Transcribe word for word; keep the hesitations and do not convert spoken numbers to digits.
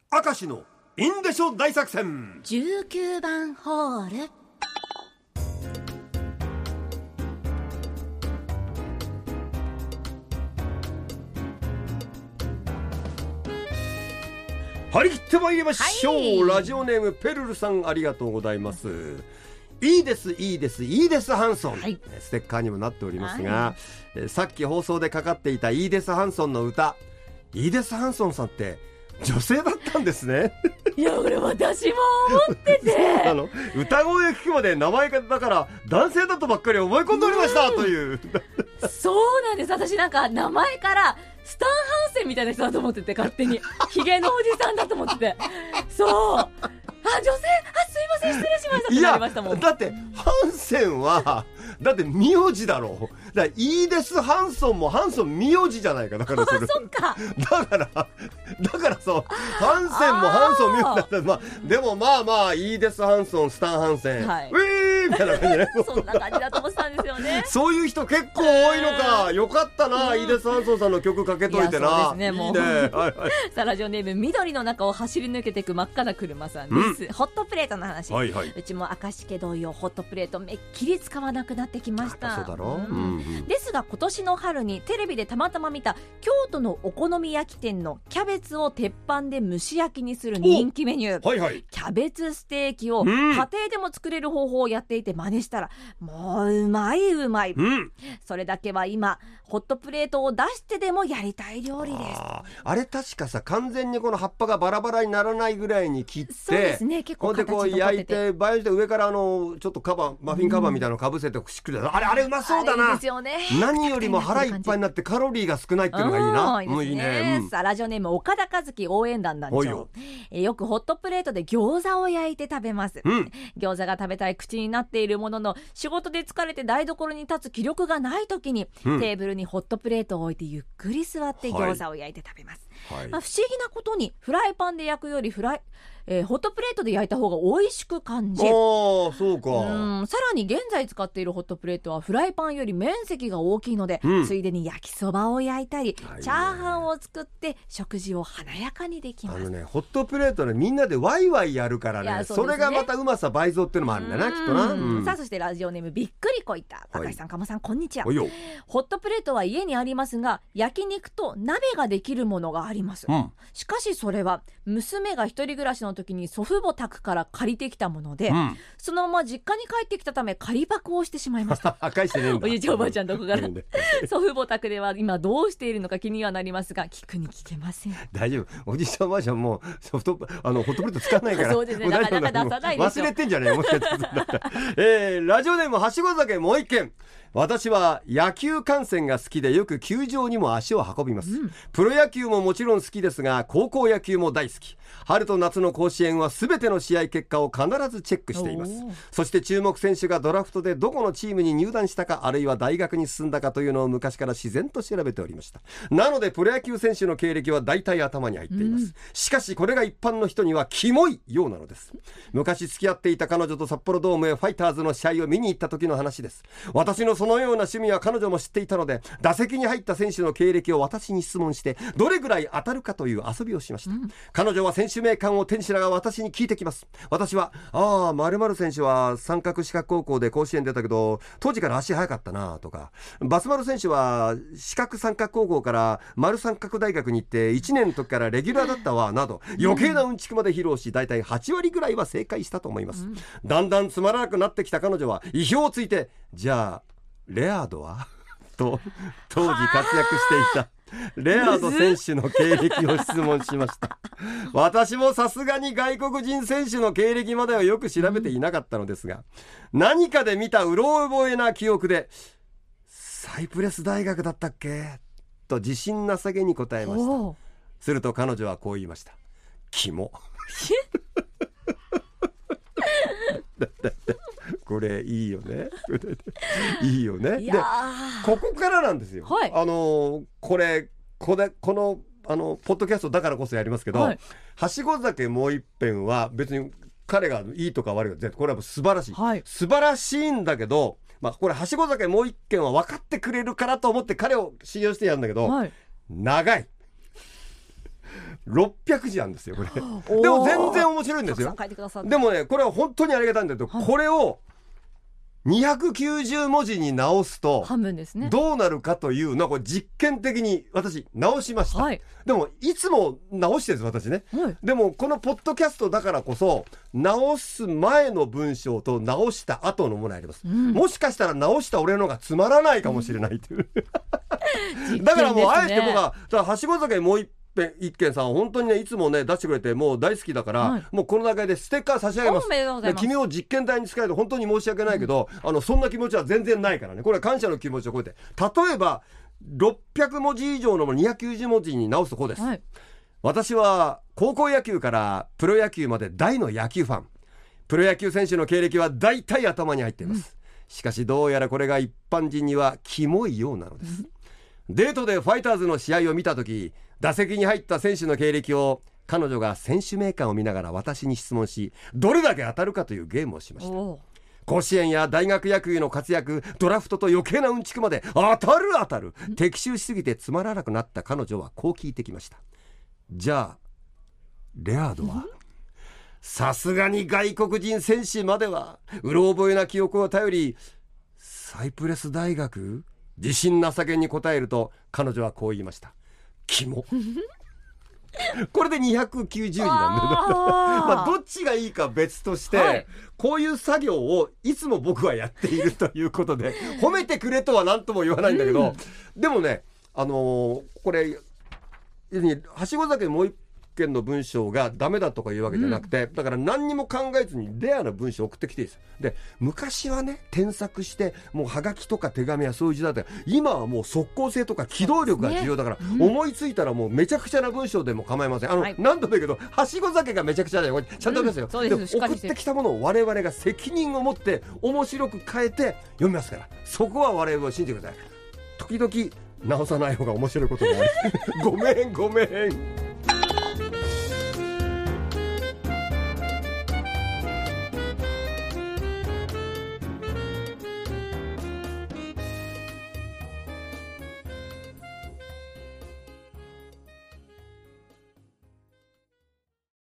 明石のインデショ大作戦じゅうきゅうばんホール。 張り切ってまいりましょう、はい、ラジオネームペルルさん、ありがとうございます。いいですいいですいいですハンソン、はい、ステッカーにもなっておりますが、はい、えさっき放送でかかっていたいいですハンソンの歌、いいですハンソンさんって女性だったんですね。 いや、これ私も思っててあの歌声聞くまで名前がだから男性だとばっかり思い込んでおりました、うん、というそうなんです。私なんか名前からスタンハンセンみたいな人だと思ってて、勝手にヒゲのおじさんだと思ってて、そうあ、女性、あ、すいません、失礼しましたってなりましたもん。 いや、だってハンセンはだって名字だろう。だからいいですハンソンもハンソン名字じゃないか。だからそれそっかだからだからそうハンセンもハンソン名字だったら、まあ、でもまあまあいいですハンソンスタンハンセン、はい、ウィーみたいな感じねそんな感じだと思ってたんですよね。 そういう人結構多いのか。よかったな、いいですハンソンさんの曲かけといてな。 いや、そうですね、もういいね、はいはい、 さあ、ラジオネーム緑の中を走り抜けていく真っ赤な車さんです、うん、ホットプレートの話、はいはい、うちも明石家同様ホットプレートめっきり使わなくなってきました。 そうだろう、うんうん、 ですが今年の春にテレビでたまたま見た京都のお好み焼き店のキャベツを鉄板で蒸し焼きにする人気メニュー、はいはい、キャベツステーキを家庭でも作れる方法をやっていて真似したら、もううまいうまい、うん、それだけは今ホットプレートを出してでもやりたい料理です。 あ, あれ確かさ、完全にこの葉っぱがバラバラにならないぐらいに切って、 そうですね、結構形残ってて、こう焼いて場合によって上からあのちょっとカバーマフィンカバーみたいなのかぶせてしっくり、うん、あれあれうまそうだな。 ですよね、 何よりも腹いっぱいになってカロリーが少ないっていうのがいいな。 いいですね、いいね、うん、さあ、ラジオネーム岡田和樹応援団団長、よえよくホットプレートで餃子を焼いて食べます、うん、餃子が食べたい口になっているものの仕事で疲れて台所に立つ気力がない時に、うん、テーブルにホットプレートを置いてゆっくり座って餃子を焼いて食べます、はい、まあ、不思議なことにフライパンで焼くよりフライえー、ホットプレートで焼いた方が美味しく感じ、 あー、そうか、 うん、さらに現在使っているホットプレートはフライパンより面積が大きいので、うん、ついでに焼きそばを焼いたり、はい、チャーハンを作って食事を華やかにできます。 あのね、ホットプレートね、みんなでワイワイやるからね、 そ, それがまたうまさ倍増っていうのもあるんだな、きっとな、うん、 さあ、そしてラジオネームびっくりこいた高橋さん、鴨さん、こんにちは。ホットプレートは家にありますが、焼肉と鍋ができるものがあります、うん、しかしそれは娘が一人暮らしの時に祖父母宅から借りてきたもので、うん、そのまま実家に帰ってきたため仮箱をしてしまいました返してねえんだ。 おじいちゃんおばあちゃんどこから祖父母宅では今どうしているのか気にはなりますが、聞くに聞けません。 大丈夫、おじいちゃんおばあちゃんもソフトあのホットプレート使わないからそうですね、なかなか出さないでしょ。 忘れてんじゃないもしかしたらえー、ラジオネームはしご酒もう一件。私は野球観戦が好きでよく球場にも足を運びます、うん、プロ野球ももちろん好きですが高校野球も大好き。春と夏の甲子園は全ての試合結果を必ずチェックしています。そして注目選手がドラフトでどこのチームに入団したか、あるいは大学に進んだかというのを昔から自然と調べておりました。なのでプロ野球選手の経歴は大体頭に入っています、うん、しかしこれが一般の人にはキモいようなのです。昔付き合っていた彼女と札幌ドームへファイターズの試合を見に行った時の話です。私のそのような趣味は彼女も知っていたので、打席に入った選手の経歴を私に質問してどれぐらい当たるかという遊びをしました、うん、彼女は選手名鑑を手にしながら私に聞いてきます。私はああ〇〇選手は三角四角高校で甲子園出たけど当時から足速かったなとか、バスマル選手は四角三角高校から丸三角大学に行っていちねんの時からレギュラーだったわなど余計なうんちくまで披露し、だいたいはちわりぐらいは正解したと思います、うん、だんだんつまらなくなってきた彼女は意表をついて、じゃあレアードはと当時活躍していたレアード選手の経歴を質問しました私もさすがに外国人選手の経歴まではよく調べていなかったのですが、何かで見たうろ覚えな記憶でサイプレス大学だったっけと自信なさげに答えました。すると彼女はこう言いました。キモこれいいよねいいよね。でここからなんですよ、はい、あのこれこれこのあのポッドキャストだからこそやりますけど、はい、はしご酒もう一遍は別に彼がいいとか悪いかこれは素晴らしい、はい、素晴らしいんだけど、まあ、これはしご酒もう一軒は分かってくれるからと思って彼を信用してやるんだけど、はい、長いろっぴゃくじなんですよこれ。でも全然面白いんですよ。でもねこれは本当にありがたいんだけど、はい、これをにひゃくきゅうじゅうもじに直すと半分ですね。 どうなるかというのを実験的に私直しました、はい、でもいつも直してるんです私ね、はい、でもこのポッドキャストだからこそ直す前の文章と直した後のものあります、うん、もしかしたら直した俺のがつまらないかもしれないという、うん、だからもうあえて僕はだからはしご酒もう一一軒さん本当にねいつもね出してくれてもう大好きだから、はい、もうこの中でステッカー差し上げます。で君を実験台に使えると本当に申し訳ないけど、うん、あのそんな気持ちは全然ないからね。これは感謝の気持ちを込めて例えばろっぴゃくもじ以上のものにひゃくきゅうじゅうもじに直すとこうです、はい、私は高校野球からプロ野球まで大の野球ファン。プロ野球選手の経歴は大体頭に入っています、うん、しかしどうやらこれが一般人にはキモいようなのです、うん、デートでファイターズの試合を見たとき打席に入った選手の経歴を彼女が選手名鑑を見ながら私に質問しどれだけ当たるかというゲームをしました。甲子園や大学野球の活躍ドラフトと余計なうんちくまで当たる当たる的中しすぎてつまらなくなった彼女はこう聞いてきました。じゃあレアードはさすがに外国人選手まではうろ覚えな記憶を頼りサイプレス大学自信なさげに答えると彼女はこう言いました。キモこれでにひゃくきゅうじゅうになんだまあどっちがいいか別として、はい、こういう作業をいつも僕はやっているということで褒めてくれとは何とも言わないんだけど、うん、でもねあのー、これはしご酒もう一件の文章がダメだとかいうわけじゃなくて、うん、だから何にも考えずにレアな文章を送ってきていいです。で昔はね添削してもうはがきとか手紙はそういう時代だった。今はもう即効性とか機動力が重要だから、ねうん、思いついたらもうめちゃくちゃな文章でも構いません。あの、はい、何度も言うけどはしご酒がめちゃくちゃだよ。ちゃんとですよ、うん、で送ってきたものを我々が責任を持って面白く変えて読みますからそこは我々を信じてください。時々直さない方が面白いこともあるごめんごめん。